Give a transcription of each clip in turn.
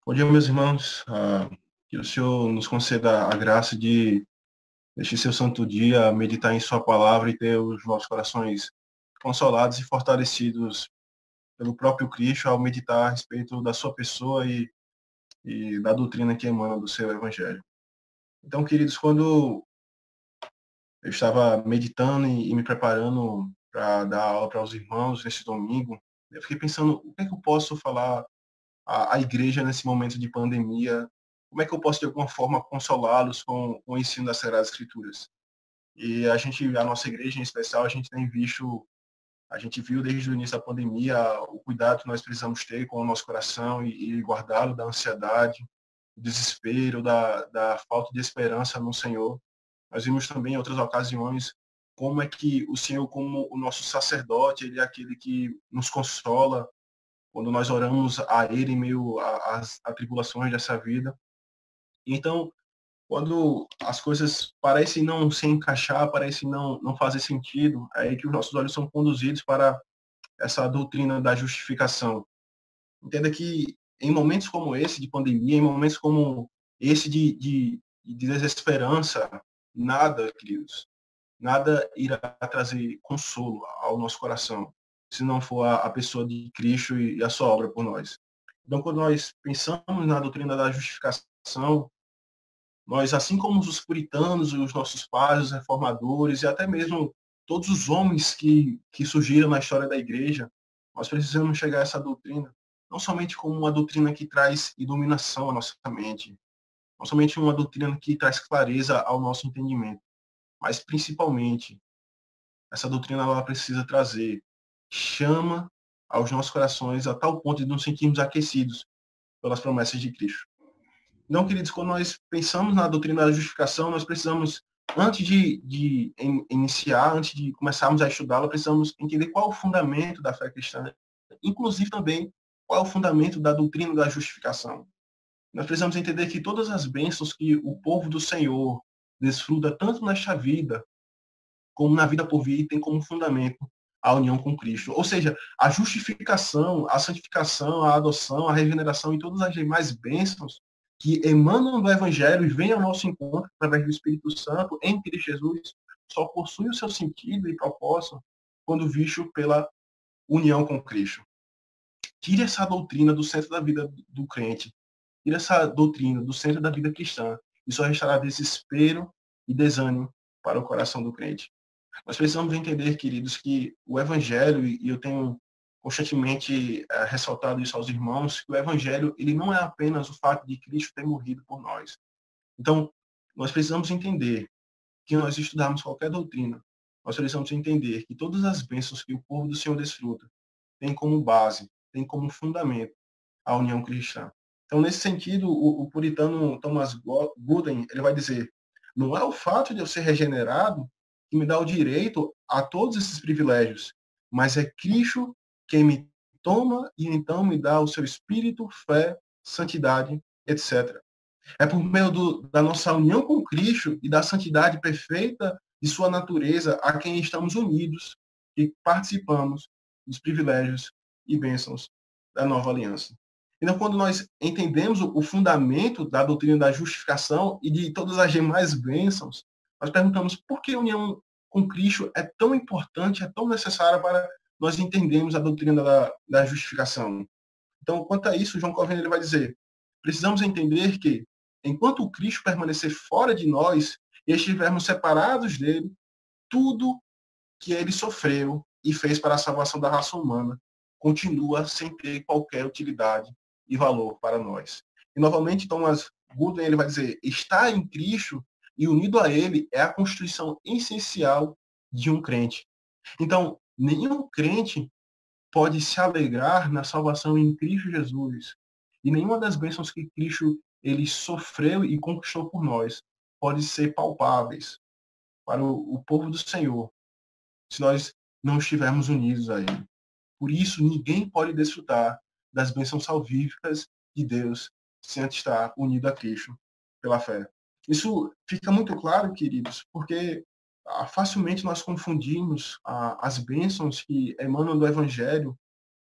Bom dia, meus irmãos. Que o Senhor nos conceda a graça de, neste seu santo dia, meditar em Sua palavra e ter os nossos corações consolados e fortalecidos pelo próprio Cristo ao meditar a respeito da Sua pessoa e da doutrina que emana do seu Evangelho. Então, queridos, quando eu estava meditando e me preparando para dar aula para os irmãos nesse domingo, eu fiquei pensando o que é que eu posso falar à igreja nesse momento de pandemia. Como é que eu posso, de alguma forma, consolá-los com o ensino das Sagradas Escrituras? E a nossa igreja em especial, a gente viu desde o início da pandemia o cuidado que nós precisamos ter com o nosso coração e guardá-lo da ansiedade, do desespero, da falta de esperança no Senhor. Nós vimos também em outras ocasiões como é que o Senhor, como o nosso sacerdote, ele é aquele que nos consola quando nós oramos a Ele em meio às tribulações dessa vida. Então, quando as coisas parecem não se encaixar, parecem não fazer sentido, é aí que os nossos olhos são conduzidos para essa doutrina da justificação. Entenda que em momentos como esse de pandemia, em momentos como esse de desesperança, nada, queridos, nada irá trazer consolo ao nosso coração, se não for a pessoa de Cristo e a sua obra por nós. Então, quando nós pensamos na doutrina da justificação, nós, assim como os puritanos, os nossos pais, os reformadores e até mesmo todos os homens que surgiram na história da igreja, nós precisamos chegar a essa doutrina, não somente como uma doutrina que traz iluminação à nossa mente, não somente uma doutrina que traz clareza ao nosso entendimento, mas principalmente essa doutrina ela precisa trazer chama aos nossos corações a tal ponto de nos sentirmos aquecidos pelas promessas de Cristo. Então, queridos, quando nós pensamos na doutrina da justificação, nós precisamos, antes de iniciar, antes de começarmos a estudá-la, precisamos entender qual é o fundamento da fé cristã, inclusive também qual é o fundamento da doutrina da justificação. Nós precisamos entender que todas as bênçãos que o povo do Senhor desfruta tanto nesta vida como na vida por vir, tem como fundamento a união com Cristo. Ou seja, a justificação, a santificação, a adoção, a regeneração e todas as demais bênçãos que emanam do Evangelho e vêm ao nosso encontro através do Espírito Santo em Cristo Jesus, só possui o seu sentido e propósito quando visto pela união com Cristo. Tire essa doutrina do centro da vida do crente. Tire essa doutrina do centro da vida cristã. E só restará desespero e desânimo para o coração do crente. Nós precisamos entender, queridos, que o Evangelho, e eu tenho constantemente ressaltado isso aos irmãos, que o Evangelho ele não é apenas o fato de Cristo ter morrido por nós. Então, nós precisamos entender que nós estudarmos qualquer doutrina, nós precisamos entender que todas as bênçãos que o povo do Senhor desfruta têm como base, têm como fundamento a união cristã. Então, nesse sentido, o puritano Thomas Gooden ele vai dizer: não é o fato de eu ser regenerado que me dá o direito a todos esses privilégios, mas é Cristo quem me toma e então me dá o seu espírito, fé, santidade, etc. É por meio da nossa união com Cristo e da santidade perfeita de sua natureza a quem estamos unidos e participamos dos privilégios e bênçãos da nova aliança. Então, quando nós entendemos o fundamento da doutrina da justificação e de todas as demais bênçãos, nós perguntamos por que a união com Cristo é tão importante, é tão necessária para nós entendermos a doutrina da justificação. Então, quanto a isso, João Calvino ele vai dizer: precisamos entender que, enquanto o Cristo permanecer fora de nós e estivermos separados dele, tudo que ele sofreu e fez para a salvação da raça humana continua sem ter qualquer utilidade e valor para nós. E, novamente, Thomas Gooden ele vai dizer: estar em Cristo e unido a ele é a constituição essencial de um crente. Então, nenhum crente pode se alegrar na salvação em Cristo Jesus. E nenhuma das bênçãos que Cristo ele sofreu e conquistou por nós pode ser palpáveis para o povo do Senhor se nós não estivermos unidos a Ele. Por isso, ninguém pode desfrutar das bênçãos salvíficas de Deus sem antes estar unido a Cristo pela fé. Isso fica muito claro, queridos, porque facilmente nós confundimos as bênçãos que emanam do Evangelho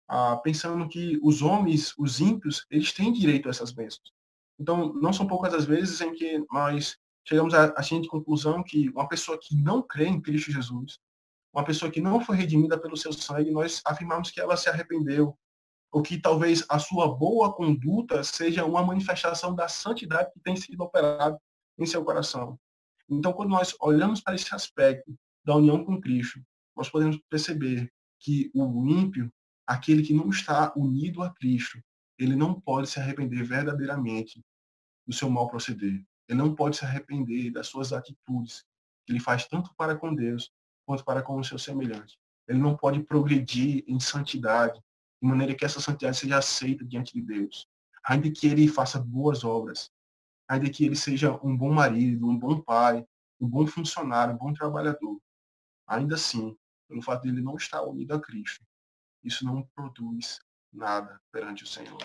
pensando que os homens, os ímpios, eles têm direito a essas bênçãos. Então, não são poucas as vezes em que nós chegamos à seguinte conclusão que uma pessoa que não crê em Cristo Jesus, uma pessoa que não foi redimida pelo seu sangue, nós afirmamos que ela se arrependeu, ou que talvez a sua boa conduta seja uma manifestação da santidade que tem sido operada em seu coração. Então, quando nós olhamos para esse aspecto da união com Cristo, nós podemos perceber que o ímpio, aquele que não está unido a Cristo, ele não pode se arrepender verdadeiramente do seu mau proceder. Ele não pode se arrepender das suas atitudes que ele faz tanto para com Deus quanto para com o seu semelhante. Ele não pode progredir em santidade, de maneira que essa santidade seja aceita diante de Deus. Ainda que ele faça boas obras, ainda que ele seja um bom marido, um bom pai, um bom funcionário, um bom trabalhador, ainda assim, pelo fato de ele não estar unido a Cristo, isso não produz nada perante o Senhor.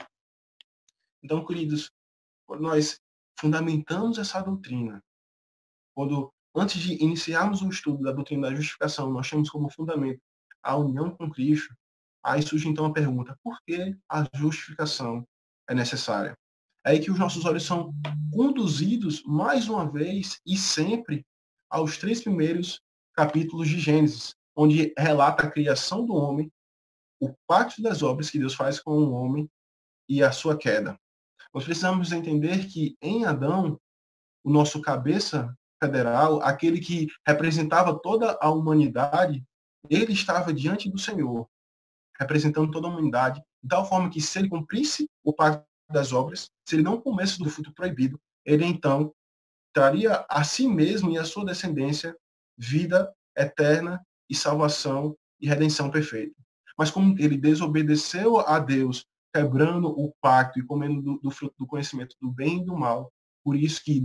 Então, queridos, quando nós fundamentamos essa doutrina, quando antes de iniciarmos o estudo da doutrina da justificação, nós temos como fundamento a união com Cristo, aí surge então a pergunta: por que a justificação é necessária? É aí que os nossos olhos são conduzidos mais uma vez e sempre aos 3 primeiros capítulos de Gênesis, onde relata a criação do homem, o pacto das obras que Deus faz com o homem e a sua queda. Nós precisamos entender que em Adão, o nosso cabeça federal, aquele que representava toda a humanidade, ele estava diante do Senhor, representando toda a humanidade, de tal forma que se ele cumprisse o pacto das obras, se ele não comesse do fruto proibido, ele então traria a si mesmo e a sua descendência vida eterna e salvação e redenção perfeita. Mas como ele desobedeceu a Deus, quebrando o pacto e comendo do fruto do conhecimento do bem e do mal, por isso que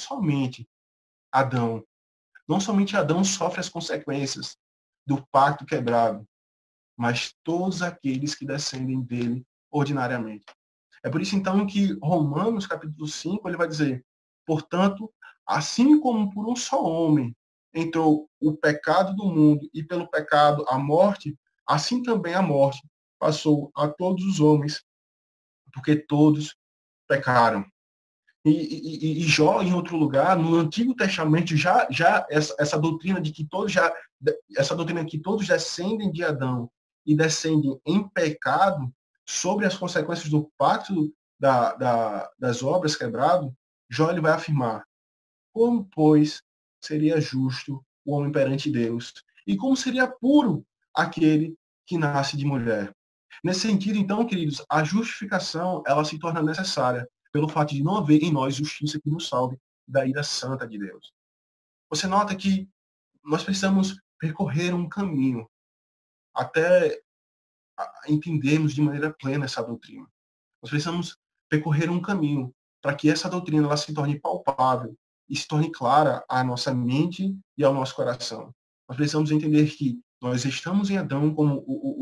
Adão, não somente Adão sofre as consequências do pacto quebrado, mas todos aqueles que descendem dele ordinariamente. É por isso, então, que Romanos, capítulo 5, ele vai dizer: portanto, assim como por um só homem entrou o pecado do mundo e pelo pecado a morte, assim também a morte passou a todos os homens, porque todos pecaram. E Jó, em outro lugar, no Antigo Testamento, já essa doutrina de que essa doutrina que todos descendem de Adão e descendem em pecado sobre as consequências do pacto das obras quebrado, Jó ele vai afirmar: como, pois, seria justo o homem perante Deus? E como seria puro aquele que nasce de mulher? Nesse sentido, então, queridos, a justificação ela se torna necessária pelo fato de não haver em nós justiça que nos salve da ira santa de Deus. Você nota que nós precisamos percorrer um caminho até entendermos de maneira plena essa doutrina. Nós precisamos percorrer um caminho para que essa doutrina ela se torne palpável e se torne clara à nossa mente e ao nosso coração. Nós precisamos entender que nós estamos em Adão como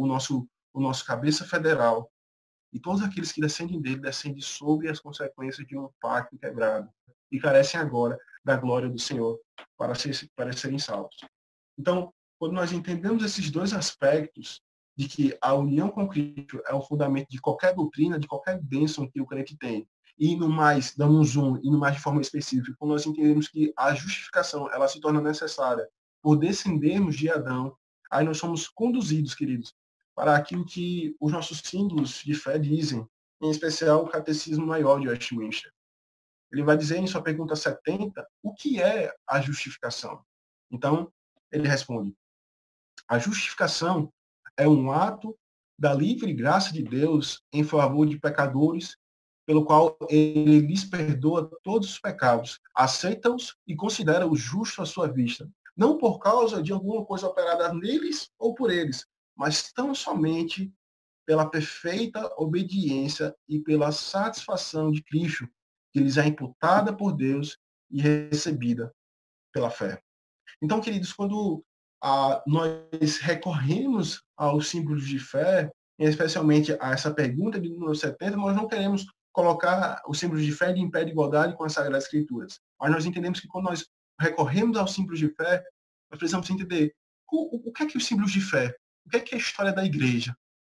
o nosso cabeça federal, e todos aqueles que descendem dele descendem sobre as consequências de um pacto quebrado e carecem agora da glória do Senhor para serem salvos. Então, quando nós entendemos esses dois aspectos, de que a união com Cristo é o fundamento de qualquer doutrina, de qualquer bênção que o crente tem, e no mais, damos e no mais de forma específica, quando nós entendemos que a justificação ela se torna necessária por descendermos de Adão, aí nós somos conduzidos, queridos, para aquilo que os nossos símbolos de fé dizem, em especial o Catecismo Maior de Westminster. Ele vai dizer em sua pergunta 70 o que é a justificação. Então, ele responde: a justificação é um ato da livre graça de Deus em favor de pecadores, pelo qual ele lhes perdoa todos os pecados, aceita-os e considera-os justos à sua vista, não por causa de alguma coisa operada neles ou por eles, mas tão somente pela perfeita obediência e pela satisfação de Cristo, que lhes é imputada por Deus e recebida pela fé. Então, queridos, quando nós recorremos aos símbolos de fé, especialmente a essa pergunta de número 70, nós não queremos colocar os símbolos de fé em pé de igualdade com as Sagradas Escrituras. Mas nós entendemos que quando nós recorremos aos símbolos de fé, nós precisamos entender o que é que os símbolos de fé, o que é a história da igreja,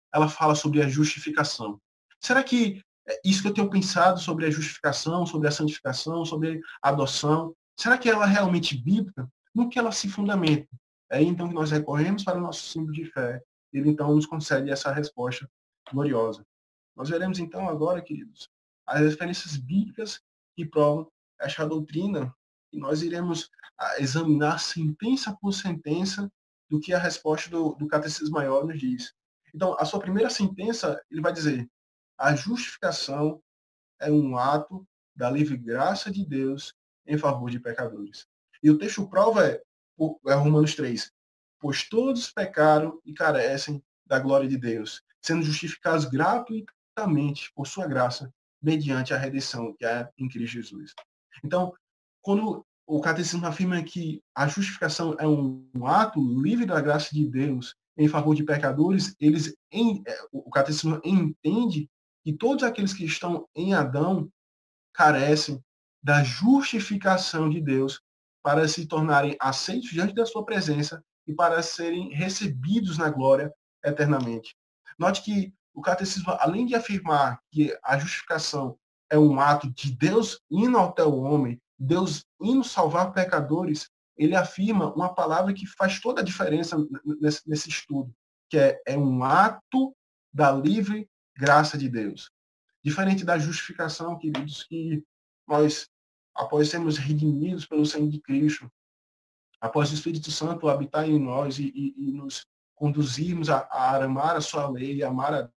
ela fala sobre a justificação. Será que isso que eu tenho pensado sobre a justificação, sobre a santificação, sobre a adoção, será que ela é realmente bíblica? No que ela se fundamenta? É aí então que nós recorremos para o nosso símbolo de fé. Ele então nos concede essa resposta gloriosa. Nós veremos então agora, queridos, as referências bíblicas que provam esta doutrina e nós iremos examinar sentença por sentença do que a resposta do Catecismo Maior nos diz. Então, a sua primeira sentença, ele vai dizer: a justificação é um ato da livre graça de Deus em favor de pecadores. E o texto prova é Romanos 3. Pois todos pecaram e carecem da glória de Deus, sendo justificados gratuitamente por sua graça, mediante a redenção que é em Cristo Jesus. Então, quando o catecismo afirma que a justificação é um ato livre da graça de Deus em favor de pecadores, o catecismo entende que todos aqueles que estão em Adão carecem da justificação de Deus para se tornarem aceitos diante da sua presença e para serem recebidos na glória eternamente. Note que o catecismo, além de afirmar que a justificação é um ato de Deus indo até o homem, Deus indo salvar pecadores, ele afirma uma palavra que faz toda a diferença nesse estudo, que é um ato da livre graça de Deus. Diferente da justificação, queridos, que nós, após sermos redimidos pelo sangue de Cristo, após o Espírito Santo habitar em nós e nos conduzirmos a amar a sua lei, a amar a...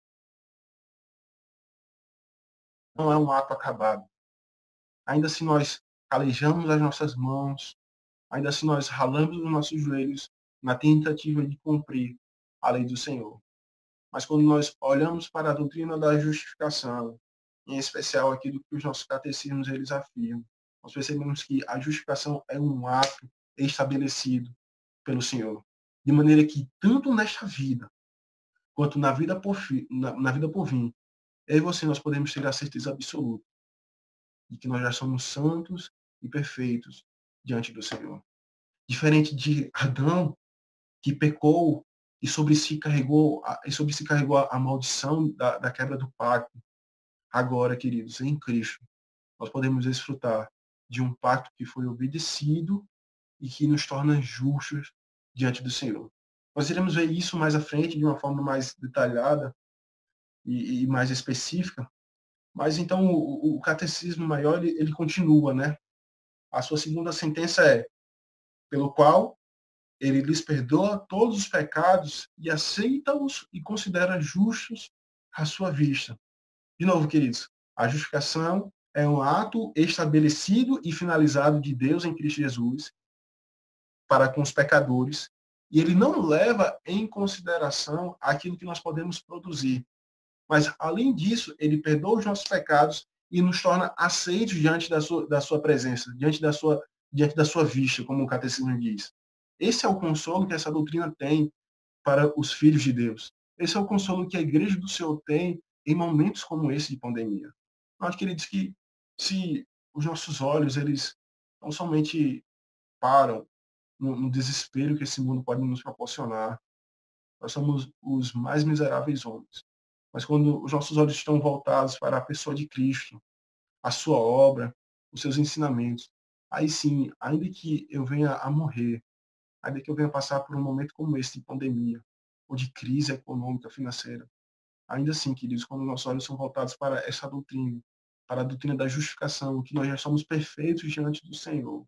Não é um ato acabado. Ainda se nós calejamos as nossas mãos, ainda se nós ralamos os nossos joelhos na tentativa de cumprir a lei do Senhor. Mas quando nós olhamos para a doutrina da justificação, em especial aquilo que os nossos catecismos eles afirmam, nós percebemos que a justificação é um ato estabelecido pelo Senhor. De maneira que, tanto nesta vida, quanto na vida por vir, eu e você nós podemos ter a certeza absoluta de que nós já somos santos e perfeitos diante do Senhor. Diferente de Adão, que pecou e sobre si carregou a maldição da quebra do pacto. Agora, queridos, em Cristo, nós podemos desfrutar de um pacto que foi obedecido e que nos torna justos diante do Senhor. Nós iremos ver isso mais à frente, de uma forma mais detalhada e mais específica, mas então o catecismo maior, ele continua, né? A sua segunda sentença é: pelo qual ele lhes perdoa todos os pecados e aceita-os e considera justos à sua vista. De novo, queridos, a justificação é um ato estabelecido e finalizado de Deus em Cristo Jesus para com os pecadores, e ele não leva em consideração aquilo que nós podemos produzir. Mas, além disso, ele perdoa os nossos pecados e nos torna aceitos diante da sua presença, diante da sua vista, como o catecismo diz. Esse é o consolo que essa doutrina tem para os filhos de Deus. Esse é o consolo que a igreja do Senhor tem em momentos como esse de pandemia. Nós, queridos, que se os nossos olhos, eles não somente param no desespero que esse mundo pode nos proporcionar, nós somos os mais miseráveis homens. Mas quando os nossos olhos estão voltados para a pessoa de Cristo, a sua obra, os seus ensinamentos, aí sim, ainda que eu venha a morrer, ainda que eu venha passar por um momento como esse de pandemia, ou de crise econômica, financeira, ainda assim, queridos, quando nossos olhos são voltados para essa doutrina, para a doutrina da justificação, que nós já somos perfeitos diante do Senhor,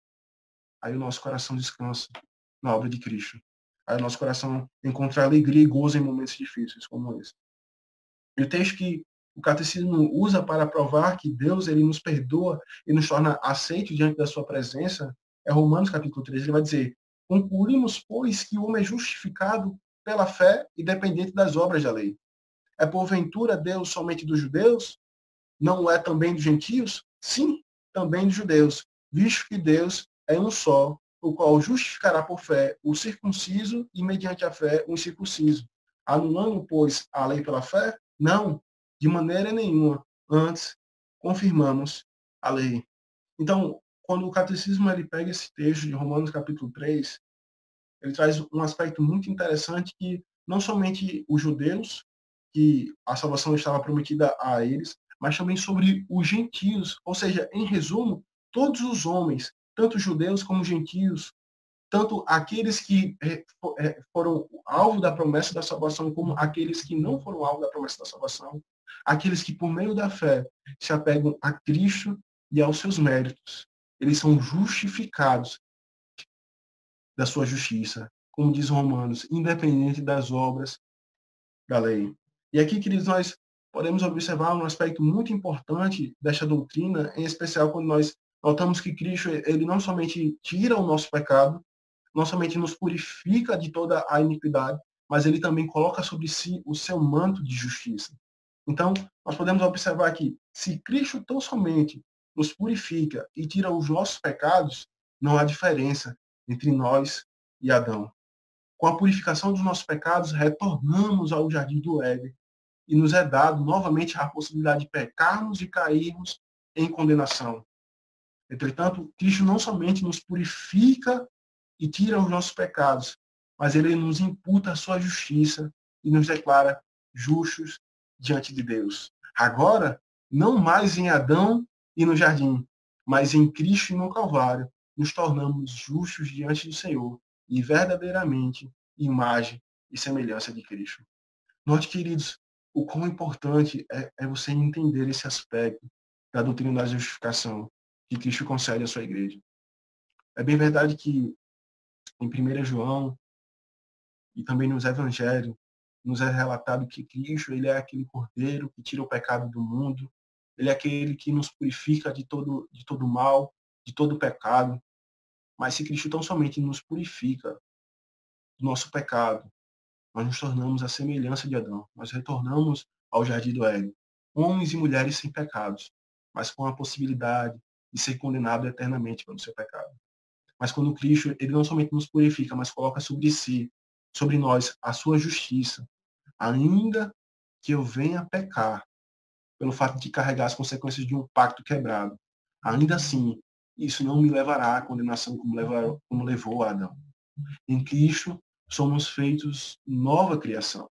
aí o nosso coração descansa na obra de Cristo. Aí o nosso coração encontra alegria e gozo em momentos difíceis como esse. E o texto que o catecismo usa para provar que Deus ele nos perdoa e nos torna aceitos diante da sua presença é Romanos capítulo 3. Ele vai dizer: concluímos, pois, que o homem é justificado pela fé e dependente das obras da lei. É porventura Deus somente dos judeus? Não é também dos gentios? Sim, também dos judeus, visto que Deus é um só, o qual justificará por fé o circunciso e, mediante a fé, o incircunciso. Anulando, pois, a lei pela fé? Não, de maneira nenhuma. Antes, confirmamos a lei. Então, quando o catecismo ele pega esse texto de Romanos capítulo 3, ele traz um aspecto muito interessante que não somente os judeus que a salvação estava prometida a eles, mas também sobre os gentios, ou seja, em resumo, todos os homens, tanto judeus como gentios, tanto aqueles que foram alvo da promessa da salvação, como aqueles que não foram alvo da promessa da salvação, aqueles que, por meio da fé, se apegam a Cristo e aos seus méritos. Eles são justificados da sua justiça, como diz Romanos, independente das obras da lei. E aqui, queridos, nós podemos observar um aspecto muito importante desta doutrina, em especial quando nós notamos que Cristo, ele não somente tira o nosso pecado, não somente nos purifica de toda a iniquidade, mas ele também coloca sobre si o seu manto de justiça. Então, nós podemos observar que, se Cristo tão somente nos purifica e tira os nossos pecados, não há diferença entre nós e Adão. Com a purificação dos nossos pecados, retornamos ao jardim do Éden e nos é dado novamente a possibilidade de pecarmos e cairmos em condenação. Entretanto, Cristo não somente nos purifica e tira os nossos pecados, mas ele nos imputa a sua justiça e nos declara justos diante de Deus. Agora, não mais em Adão e no jardim, mas em Cristo e no Calvário, nos tornamos justos diante do Senhor e verdadeiramente imagem e semelhança de Cristo. Note, queridos, o quão importante é você entender esse aspecto da doutrina da justificação que Cristo concede à sua igreja. É bem verdade que em 1 João e também nos evangelhos nos é relatado que Cristo, ele é aquele cordeiro que tira o pecado do mundo, ele é aquele que nos purifica de todo mal, de todo pecado. Mas se Cristo tão somente nos purifica do nosso pecado, nós nos tornamos a semelhança de Adão. Nós retornamos ao jardim do Éden, homens e mulheres sem pecados, mas com a possibilidade de ser condenado eternamente pelo seu pecado. Mas quando Cristo, ele não somente nos purifica, mas coloca sobre si, sobre nós, a sua justiça, ainda que eu venha pecar, pelo fato de carregar as consequências de um pacto quebrado, ainda assim, isso não me levará à condenação como levou a Adão. Em Cristo, somos feitos nova criação.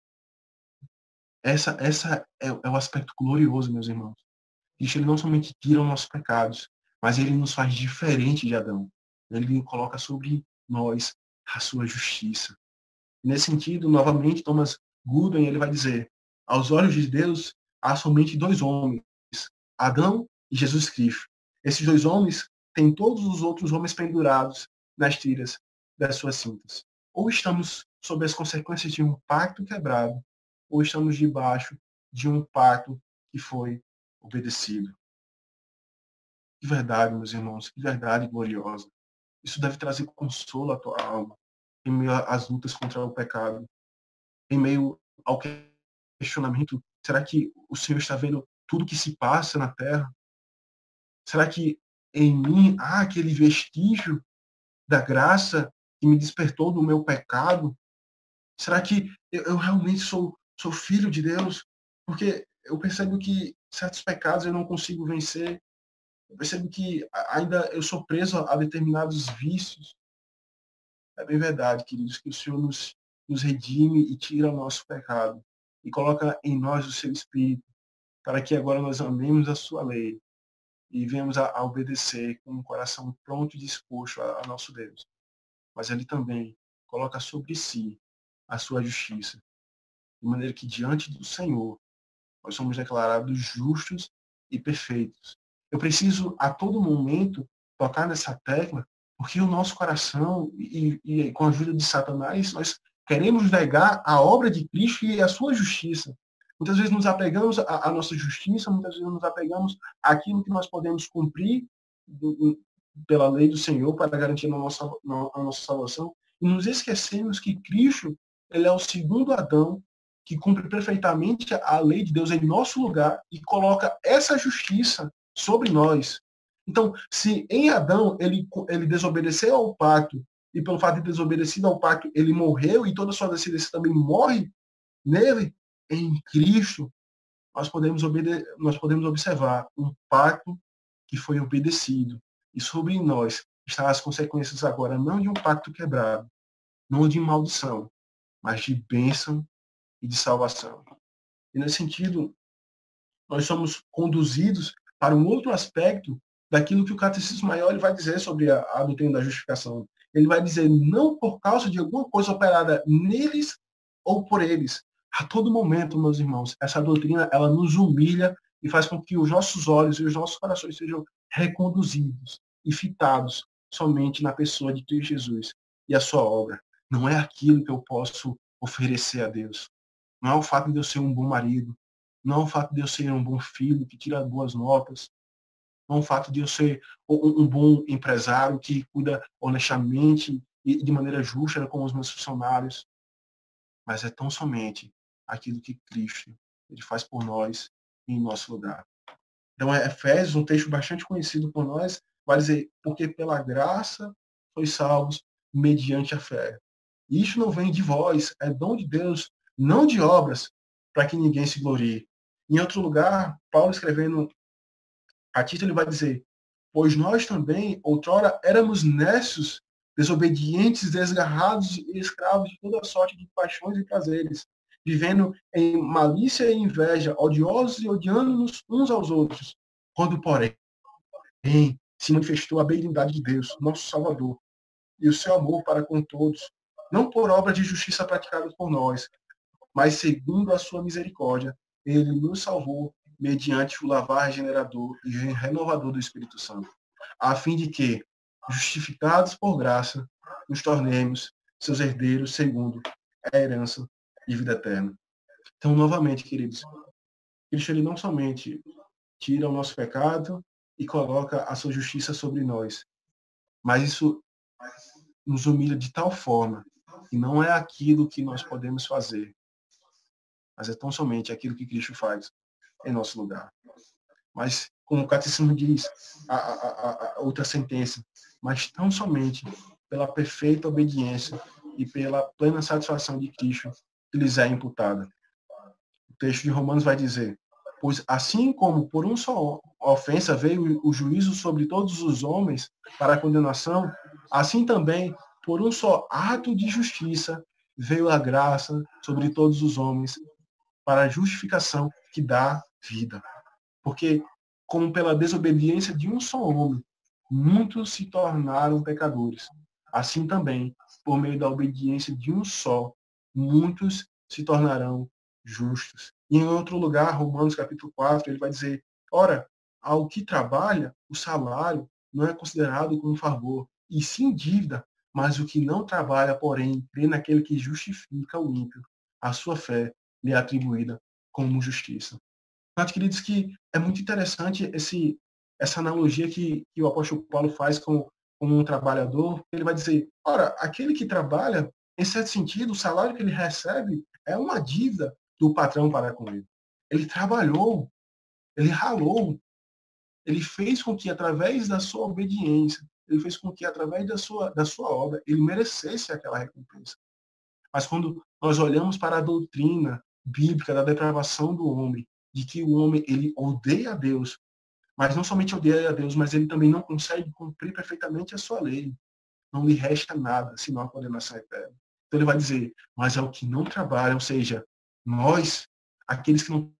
Essa é o aspecto glorioso, meus irmãos. Cristo, ele não somente tira os nossos pecados, mas ele nos faz diferente de Adão. Ele coloca sobre nós a sua justiça. Nesse sentido, novamente, Thomas Goodwin, ele vai dizer, aos olhos de Deus, há somente dois homens, Adão e Jesus Cristo. Esses dois homens têm todos os outros homens pendurados nas tiras das suas cintas. Ou estamos sob as consequências de um pacto quebrado, ou estamos debaixo de um pacto que foi obedecido. Que verdade, meus irmãos, que verdade gloriosa. Isso deve trazer consolo à tua alma, em meio às lutas contra o pecado, em meio ao questionamento, será que o Senhor está vendo tudo que se passa na Terra? Será que em mim há aquele vestígio da graça que me despertou do meu pecado? Será que eu realmente sou filho de Deus? Porque eu percebo que certos pecados eu não consigo vencer. Eu percebo que ainda eu sou preso a determinados vícios. É bem verdade, queridos, que o Senhor nos redime e tira o nosso pecado e coloca em nós o seu Espírito, para que agora nós amemos a sua lei e venhamos a obedecer com um coração pronto e disposto a nosso Deus. Mas ele também coloca sobre si a sua justiça, de maneira que diante do Senhor nós somos declarados justos e perfeitos. Eu preciso a todo momento tocar nessa tecla, porque o nosso coração e com a ajuda de Satanás, nós queremos negar a obra de Cristo e a sua justiça. Muitas vezes nos apegamos à nossa justiça, muitas vezes nos apegamos àquilo que nós podemos cumprir pela lei do Senhor para garantir a nossa salvação, e nos esquecemos que Cristo, ele é o segundo Adão, que cumpre perfeitamente a lei de Deus em nosso lugar e coloca essa justiça sobre nós. Então, se em Adão ele desobedeceu ao pacto, e pelo fato de desobedecido ao pacto, ele morreu e toda a sua descendência também morre nele, em Cristo, nós podemos observar um pacto que foi obedecido. E sobre nós estão as consequências agora, não de um pacto quebrado, não de maldição, mas de bênção e de salvação. E nesse sentido, nós somos conduzidos para um outro aspecto daquilo que o Catecismo Maior ele vai dizer sobre a doutrina da justificação. Ele vai dizer, não por causa de alguma coisa operada neles ou por eles. A todo momento, meus irmãos, essa doutrina ela nos humilha e faz com que os nossos olhos e os nossos corações sejam reconduzidos e fitados somente na pessoa de Cristo Jesus e a sua obra. Não é aquilo que eu posso oferecer a Deus. Não é o fato de eu ser um bom marido, não é o fato de eu ser um bom filho que tira boas notas, não é o fato de eu ser um bom empresário que cuida honestamente e de maneira justa com os meus funcionários, mas é tão somente aquilo que Cristo ele faz por nós em nosso lugar. Então, Efésios, um texto bastante conhecido por nós, vai dizer, porque pela graça sois salvos mediante a fé. E isso não vem de vós, é dom de Deus, não de obras, para que ninguém se glorie. Em outro lugar, Paulo escrevendo a Tito, ele vai dizer, pois nós também, outrora, éramos nécios, desobedientes, desgarrados e escravos de toda sorte de paixões e prazeres, vivendo em malícia e inveja, odiosos e odiando-nos uns aos outros. Quando, porém, se manifestou a benignidade de Deus, nosso Salvador, e o seu amor para com todos, não por obra de justiça praticada por nós, mas segundo a sua misericórdia, ele nos salvou mediante o lavar regenerador e renovador do Espírito Santo, a fim de que, justificados por graça, nos tornemos seus herdeiros segundo a herança de vida eterna. Então, novamente, queridos, Cristo ele não somente tira o nosso pecado e coloca a sua justiça sobre nós, mas isso nos humilha de tal forma que não é aquilo que nós podemos fazer, mas é tão somente aquilo que Cristo faz em nosso lugar. Mas, como o Catecismo diz, a outra sentença, mas tão somente pela perfeita obediência e pela plena satisfação de Cristo que lhes é imputada. O texto de Romanos vai dizer, pois assim como por um só ofensa veio o juízo sobre todos os homens para a condenação, assim também por um só ato de justiça veio a graça sobre todos os homens para a justificação que dá vida. Porque, como pela desobediência de um só homem, muitos se tornaram pecadores. Assim também, por meio da obediência de um só, muitos se tornarão justos. E em outro lugar, Romanos capítulo 4, ele vai dizer, ora, ao que trabalha, o salário não é considerado como favor, e sim dívida, mas o que não trabalha, porém, crê naquele que justifica o ímpio, a sua fé lhe é atribuída como justiça. Mas, queridos, que é muito interessante essa analogia que o apóstolo Paulo faz com um trabalhador. Ele vai dizer, ora, aquele que trabalha, em certo sentido, o salário que ele recebe é uma dívida do patrão para com ele. Ele trabalhou, ele ralou, ele fez com que, através da sua obediência, ele fez com que, através da sua obra, ele merecesse aquela recompensa. Mas quando nós olhamos para a doutrina bíblica da depravação do homem, de que o homem ele odeia a Deus, mas não somente odeia a Deus, mas ele também não consegue cumprir perfeitamente a sua lei. Não lhe resta nada, senão a condenação eterna. Então ele vai dizer, mas é o que não trabalha, ou seja, nós, aqueles que não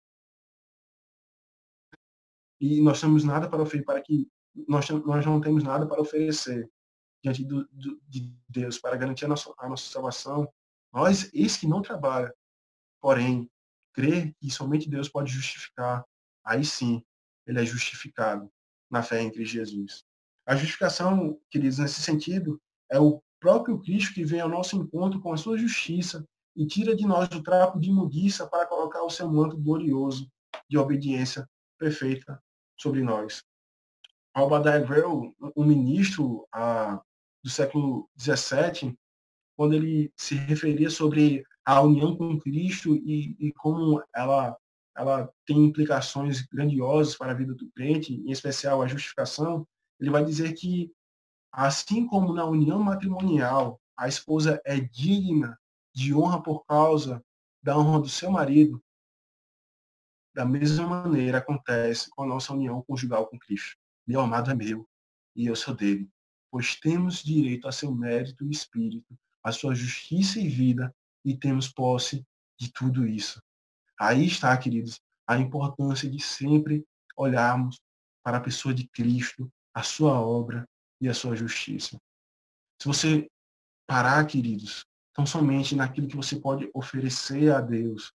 e nós temos nada para oferecer, para que nós não temos nada para oferecer diante de Deus para garantir a nossa salvação. Nós, esse que não trabalha, porém, crer que somente Deus pode justificar, aí sim, ele é justificado na fé em Cristo Jesus. A justificação, queridos, nesse sentido, é o próprio Cristo que vem ao nosso encontro com a sua justiça e tira de nós o trapo de imundícia para colocar o seu manto glorioso de obediência perfeita sobre nós. Obadiah Grell, um ministro do século XVII, quando ele se referia sobre a união com Cristo e como ela tem implicações grandiosas para a vida do crente, em especial a justificação, ele vai dizer que, assim como na união matrimonial, a esposa é digna de honra por causa da honra do seu marido, da mesma maneira acontece com a nossa união conjugal com Cristo. Meu amado é meu e eu sou dele, pois temos direito a seu mérito e espírito, a sua justiça e vida, e temos posse de tudo isso. Aí está, queridos, a importância de sempre olharmos para a pessoa de Cristo, a sua obra e a sua justiça. Se você parar, queridos, tão somente naquilo que você pode oferecer a Deus,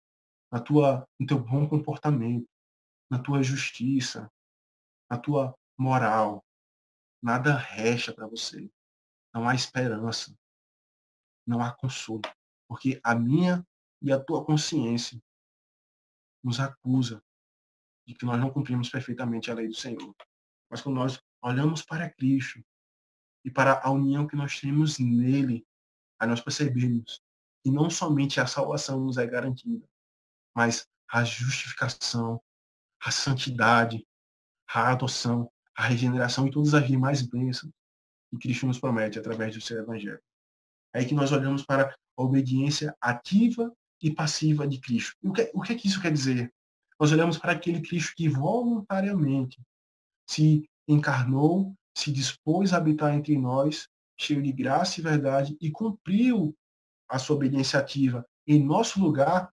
no teu bom comportamento, na tua justiça, na tua moral, nada resta para você. Não há esperança, não há consolo, porque a minha e a tua consciência nos acusa de que nós não cumprimos perfeitamente a lei do Senhor. Mas quando nós olhamos para Cristo e para a união que nós temos nele, aí nós percebemos que não somente a salvação nos é garantida, mas a justificação, a santidade, a adoção, a regeneração e todas as demais bênçãos que Cristo nos promete através do seu Evangelho. É aí que nós olhamos para a obediência ativa e passiva de Cristo. E o que é que isso quer dizer? Nós olhamos para aquele Cristo que voluntariamente se encarnou, se dispôs a habitar entre nós, cheio de graça e verdade, e cumpriu a sua obediência ativa em nosso lugar,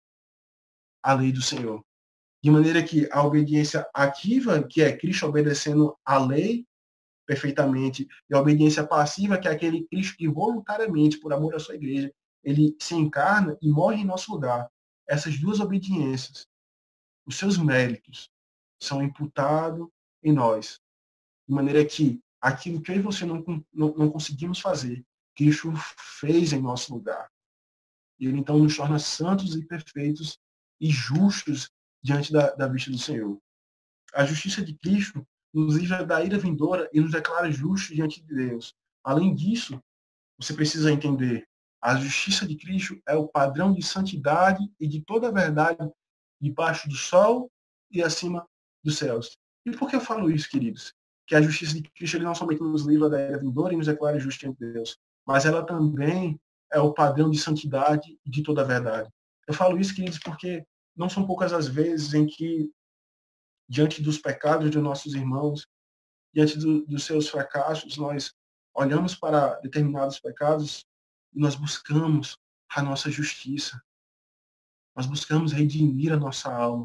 a lei do Senhor. De maneira que a obediência ativa, que é Cristo obedecendo a lei perfeitamente, e a obediência passiva, que é aquele Cristo que voluntariamente, por amor à sua igreja, ele se encarna e morre em nosso lugar. Essas duas obediências, os seus méritos, são imputados em nós. De maneira que aquilo que eu e você não conseguimos fazer, Cristo fez em nosso lugar. E ele então nos torna santos e perfeitos e justos diante da vista do Senhor. A justiça de Cristo nos livra da ira vindoura e nos declara justos diante de Deus. Além disso, você precisa entender, a justiça de Cristo é o padrão de santidade e de toda a verdade debaixo do sol e acima dos céus. E por que eu falo isso, queridos? Que a justiça de Cristo ele não somente nos livra da ira vindoura e nos declara justos diante de Deus, mas ela também é o padrão de santidade e de toda a verdade. Eu falo isso, queridos, porque não são poucas as vezes em que, diante dos pecados de nossos irmãos, diante dos seus fracassos, nós olhamos para determinados pecados e nós buscamos a nossa justiça. Nós buscamos redimir a nossa alma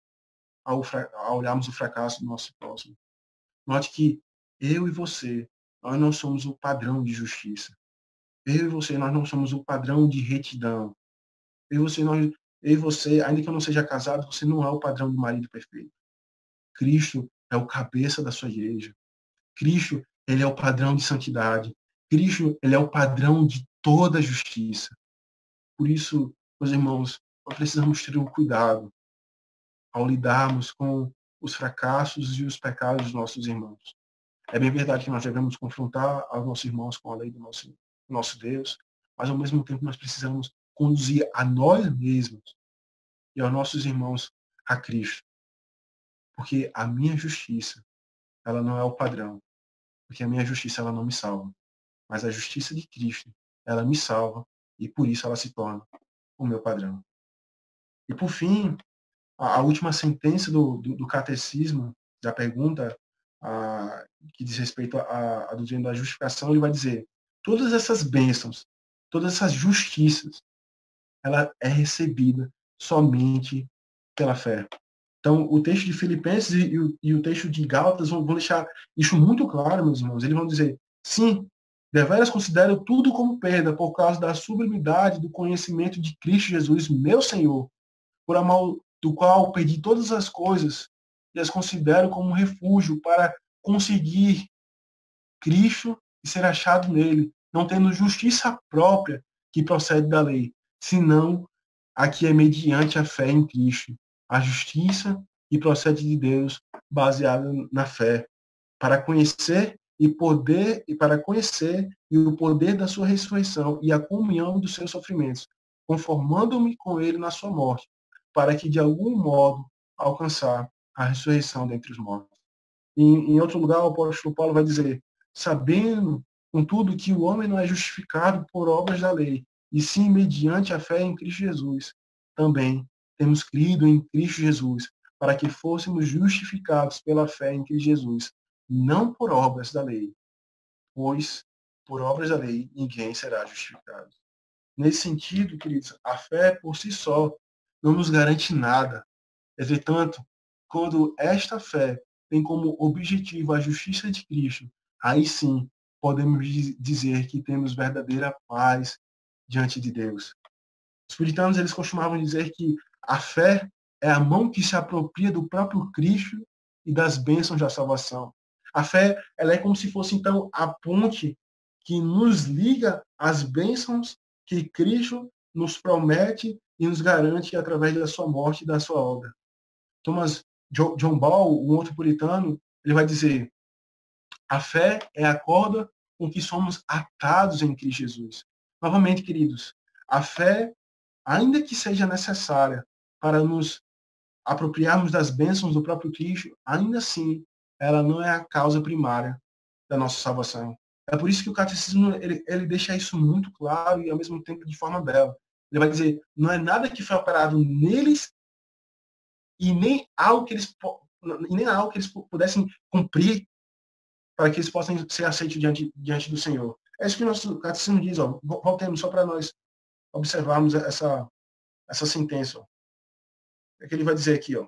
ao olharmos o fracasso do nosso próximo. Note que eu e você, nós não somos o padrão de justiça. Eu e você, nós não somos o padrão de retidão. Eu e você, ainda que eu não seja casado, você não é o padrão de marido perfeito. Cristo é o cabeça da sua igreja. Cristo, ele é o padrão de santidade. Cristo, ele é o padrão de toda a justiça. Por isso, meus irmãos, nós precisamos ter um cuidado ao lidarmos com os fracassos e os pecados dos nossos irmãos. É bem verdade que nós devemos confrontar aos nossos irmãos com a lei do nosso Deus, mas ao mesmo tempo nós precisamos conduzir a nós mesmos e aos nossos irmãos a Cristo. Porque a minha justiça, ela não é o padrão. Porque a minha justiça, ela não me salva. Mas a justiça de Cristo, ela me salva e por isso ela se torna o meu padrão. E por fim, a última sentença do catecismo, da pergunta que diz respeito à doutrina da justificação, ele vai dizer: todas essas bênçãos, todas essas justiças, ela é recebida somente pela fé. Então, o texto de Filipenses e o texto de Gálatas vão deixar isso muito claro, meus irmãos. Eles vão dizer: sim, deveras considero tudo como perda por causa da sublimidade do conhecimento de Cristo Jesus, meu Senhor, por amor do qual perdi todas as coisas e as considero como um refúgio para conseguir Cristo e ser achado nele, não tendo justiça própria que procede da lei, senão a que é mediante a fé em Cristo, a justiça que procede de Deus, baseada na fé, para conhecer e o poder da sua ressurreição e a comunhão dos seus sofrimentos, conformando-me com ele na sua morte, para que de algum modo alcançar a ressurreição dentre os mortos. Em outro lugar, o apóstolo Paulo vai dizer: sabendo, contudo, que o homem não é justificado por obras da lei, e sim mediante a fé em Cristo Jesus. Também temos crido em Cristo Jesus, para que fôssemos justificados pela fé em Cristo Jesus, não por obras da lei, pois por obras da lei ninguém será justificado. Nesse sentido, queridos, a fé por si só não nos garante nada. Entretanto, quando esta fé tem como objetivo a justiça de Cristo, aí sim podemos dizer que temos verdadeira paz diante de Deus. Os puritanos, eles costumavam dizer que a fé é a mão que se apropria do próprio Cristo e das bênçãos da salvação. A fé, ela é como se fosse, então, a ponte que nos liga às bênçãos que Cristo nos promete e nos garante através da sua morte e da sua obra. John Ball, um outro puritano, ele vai dizer: a fé é a corda com que somos atados em Cristo Jesus. Novamente, queridos, a fé, ainda que seja necessária para nos apropriarmos das bênçãos do próprio Cristo, ainda assim, ela não é a causa primária da nossa salvação. É por isso que o catecismo ele deixa isso muito claro e, ao mesmo tempo, de forma bela. Ele vai dizer: não é nada que foi operado neles e nem algo que eles pudessem cumprir para que eles possam ser aceitos diante do Senhor. É isso que o nosso catecismo diz. Ó. Voltemos só para nós observarmos essa sentença. Ó. É que ele vai dizer aqui, ó: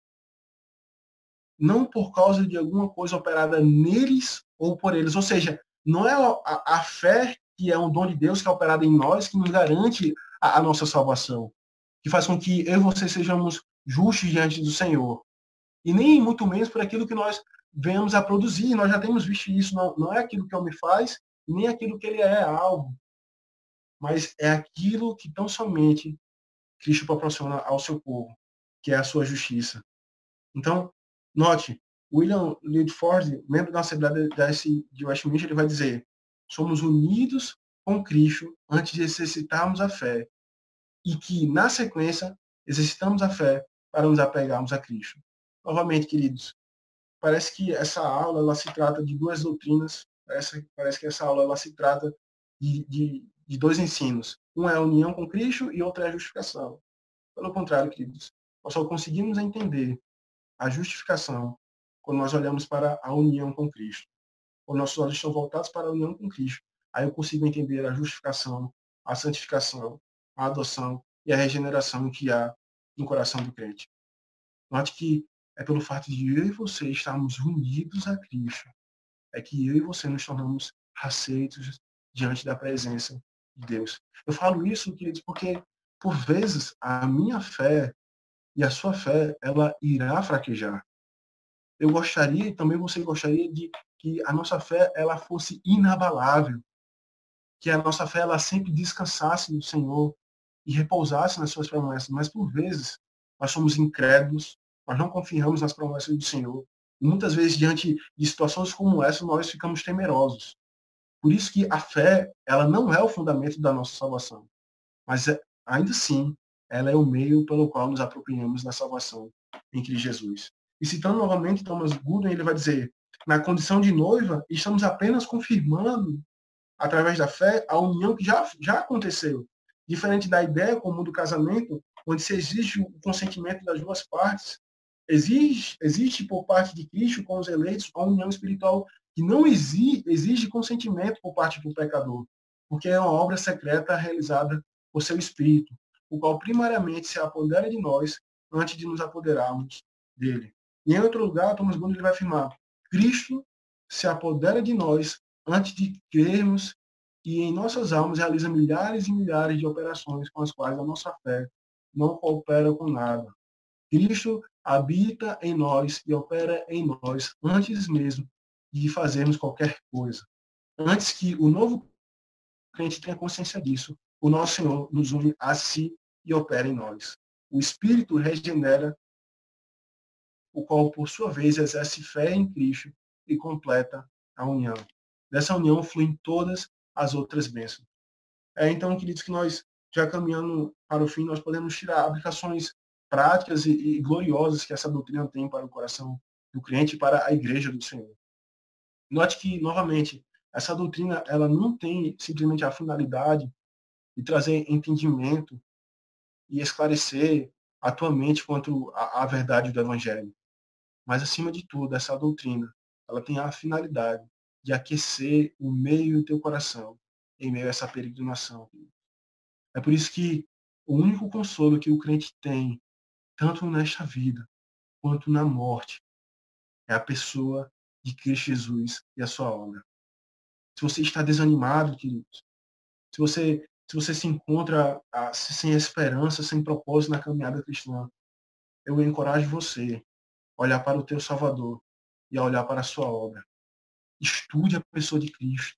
não por causa de alguma coisa operada neles ou por eles. Ou seja, não é a fé que é um dom de Deus que é operada em nós que nos garante a nossa salvação, que faz com que eu e você sejamos justos diante do Senhor. E nem muito menos por aquilo que nós venhamos a produzir. Nós já temos visto isso. Não é aquilo que o homem faz, nem aquilo que ele é algo, mas é aquilo que tão somente Cristo proporciona ao seu povo, que é a sua justiça. Então, note, William Lidford, membro da Assembleia de Westminster, ele vai dizer: somos unidos com Cristo antes de exercitarmos a fé, e que, na sequência, exercitamos a fé para nos apegarmos a Cristo. Novamente, queridos, parece que essa aula ela se trata de duas doutrinas, parece que essa aula ela se trata de dois ensinos. Um é a união com Cristo e outro é a justificação. Pelo contrário, queridos, nós só conseguimos entender a justificação quando nós olhamos para a união com Cristo. Quando nossos olhos estão voltados para a união com Cristo, aí eu consigo entender a justificação, a santificação, a adoção e a regeneração que há no coração do crente. Note que é pelo fato de eu e você estarmos unidos a Cristo, é que eu e você nos tornamos aceitos diante da presença de Deus. Eu falo isso, queridos, porque, por vezes, a minha fé e a sua fé, ela irá fraquejar. Eu gostaria, e também você gostaria, de que a nossa fé ela fosse inabalável, que a nossa fé ela sempre descansasse no Senhor e repousasse nas suas promessas. Mas, por vezes, nós somos incrédulos, nós não confiamos nas promessas do Senhor. E muitas vezes, diante de situações como essa, nós ficamos temerosos. Por isso que a fé, ela não é o fundamento da nossa salvação. Mas, ainda assim, ela é o meio pelo qual nos apropriamos da salvação em Cristo Jesus. E citando novamente Thomas Gooden, ele vai dizer: na condição de noiva, estamos apenas confirmando, através da fé, a união que já aconteceu. Diferente da ideia comum do casamento, onde se exige o consentimento das duas partes, existe por parte de Cristo com os eleitos a união espiritual que não exige consentimento por parte do pecador, porque é uma obra secreta realizada por seu Espírito, o qual primariamente se apodera de nós antes de nos apoderarmos dele. E em outro lugar, Thomas Bunde ele vai afirmar: Cristo se apodera de nós antes de crermos e em nossas almas realiza milhares e milhares de operações com as quais a nossa fé não coopera com nada. Cristo habita em nós e opera em nós antes mesmo de fazermos qualquer coisa. Antes que o novo crente tenha consciência disso, o nosso Senhor nos une a si e opera em nós. O Espírito regenera, o qual, por sua vez, exerce fé em Cristo e completa a união. Dessa união fluem todas as outras bênçãos. Então, queridos, que nós, já caminhando para o fim, nós podemos tirar aplicações práticas e gloriosas que essa doutrina tem para o coração do crente e para a igreja do Senhor. Note que, novamente, essa doutrina ela não tem simplesmente a finalidade de trazer entendimento e esclarecer a tua mente quanto à verdade do Evangelho. Mas, acima de tudo, essa doutrina ela tem a finalidade de aquecer o meio do teu coração em meio a essa peregrinação. É por isso que O único consolo que o crente tem, tanto nesta vida quanto na morte, é a pessoa de Cristo Jesus e a sua obra. Se você está desanimado, queridos, se você se encontra sem esperança, sem propósito na caminhada cristã, eu encorajo você a olhar para o teu Salvador e a olhar para a sua obra. Estude a pessoa de Cristo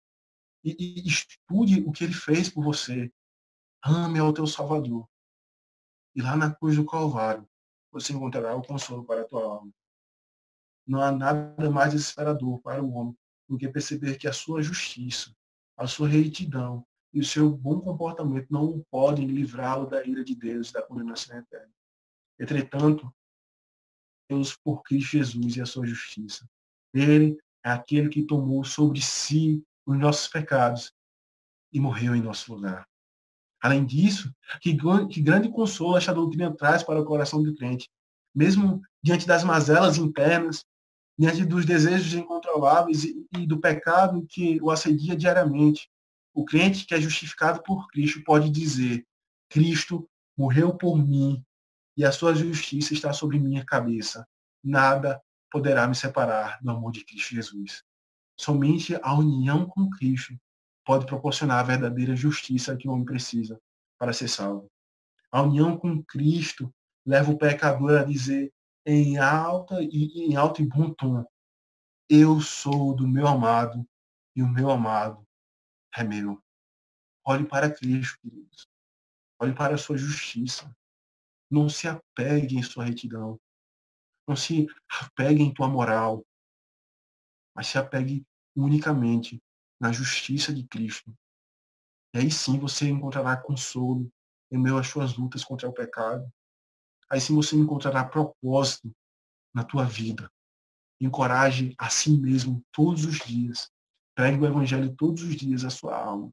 e estude o que ele fez por você. Ame ao teu Salvador. E lá na cruz do Calvário, você encontrará o consolo para a tua alma. Não há nada mais desesperador para o homem do que perceber que a sua justiça, a sua retidão e o seu bom comportamento não podem livrá-lo da ira de Deus e da condenação eterna. Entretanto, Deus por Cristo Jesus e a sua justiça. Ele é aquele que tomou sobre si os nossos pecados e morreu em nosso lugar. Além disso, que grande consolo esta doutrina traz para o coração do crente. Mesmo diante das mazelas internas, diante dos desejos incontroláveis e do pecado que o assedia diariamente, o crente que é justificado por Cristo pode dizer: Cristo morreu por mim e a sua justiça está sobre minha cabeça. Nada poderá me separar do amor de Cristo Jesus. Somente a união com Cristo pode proporcionar a verdadeira justiça que o homem precisa para ser salvo. A união com Cristo leva o pecador a dizer em alto e bom tom: eu sou do meu amado e o meu amado é meu. Olhe para Cristo, queridos. Olhe para a sua justiça. Não se apegue em sua retidão. Não se apegue em tua moral, mas se apegue unicamente na justiça de Cristo. E aí sim você encontrará consolo em meio às suas lutas contra o pecado. Aí sim você encontrará propósito na tua vida. Encoraje a si mesmo todos os dias. Pregue o evangelho todos os dias à sua alma.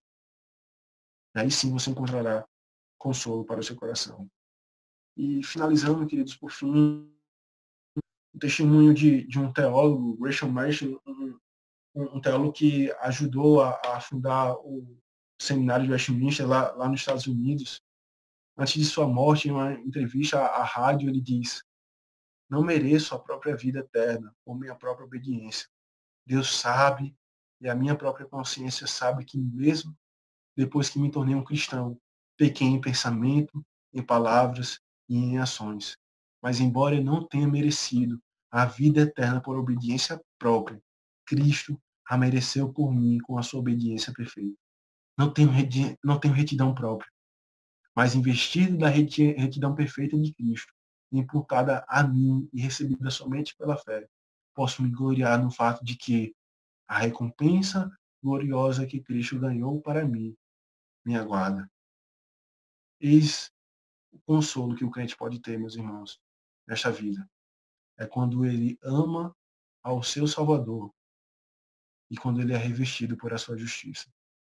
E aí sim você encontrará consolo para o seu coração. E finalizando, queridos, por fim, o testemunho de um teólogo, Rachel Marshall, um teólogo que ajudou a fundar o seminário de Westminster lá nos Estados Unidos. Antes de sua morte, em uma entrevista à rádio, ele diz: não mereço a própria vida eterna ou minha própria obediência. Deus sabe e a minha própria consciência sabe que mesmo depois que me tornei um cristão, pequei em pensamento, em palavras e em ações. Mas embora eu não tenha merecido a vida eterna por obediência própria, Cristo a mereceu por mim com a sua obediência perfeita. Não tenho retidão própria, mas investido da retidão perfeita de Cristo, imputada a mim e recebida somente pela fé, posso me gloriar no fato de que a recompensa gloriosa que Cristo ganhou para mim me aguarda. Eis o consolo que o crente pode ter, meus irmãos, nesta vida. É quando ele ama ao seu Salvador e quando ele é revestido por a sua justiça.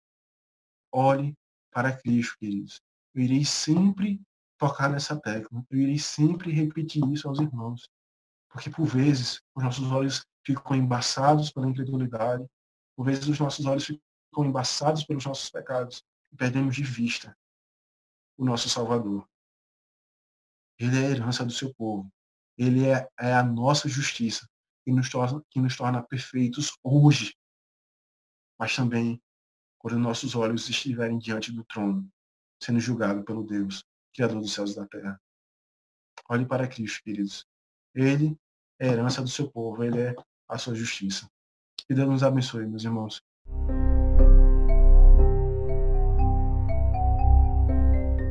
Olhe para Cristo, queridos. Eu irei sempre tocar nessa tecla. Eu irei sempre repetir isso aos irmãos. Porque, por vezes, os nossos olhos ficam embaçados pela incredulidade. Por vezes, os nossos olhos ficam embaçados pelos nossos pecados. E perdemos de vista o nosso Salvador. Ele é a herança do seu povo. Ele é a nossa justiça, que nos torna perfeitos hoje, mas também quando nossos olhos estiverem diante do trono, sendo julgado pelo Deus, Criador dos céus e da terra. Olhe para Cristo, queridos. Ele é a herança do seu povo, ele é a sua justiça. Que Deus nos abençoe, meus irmãos.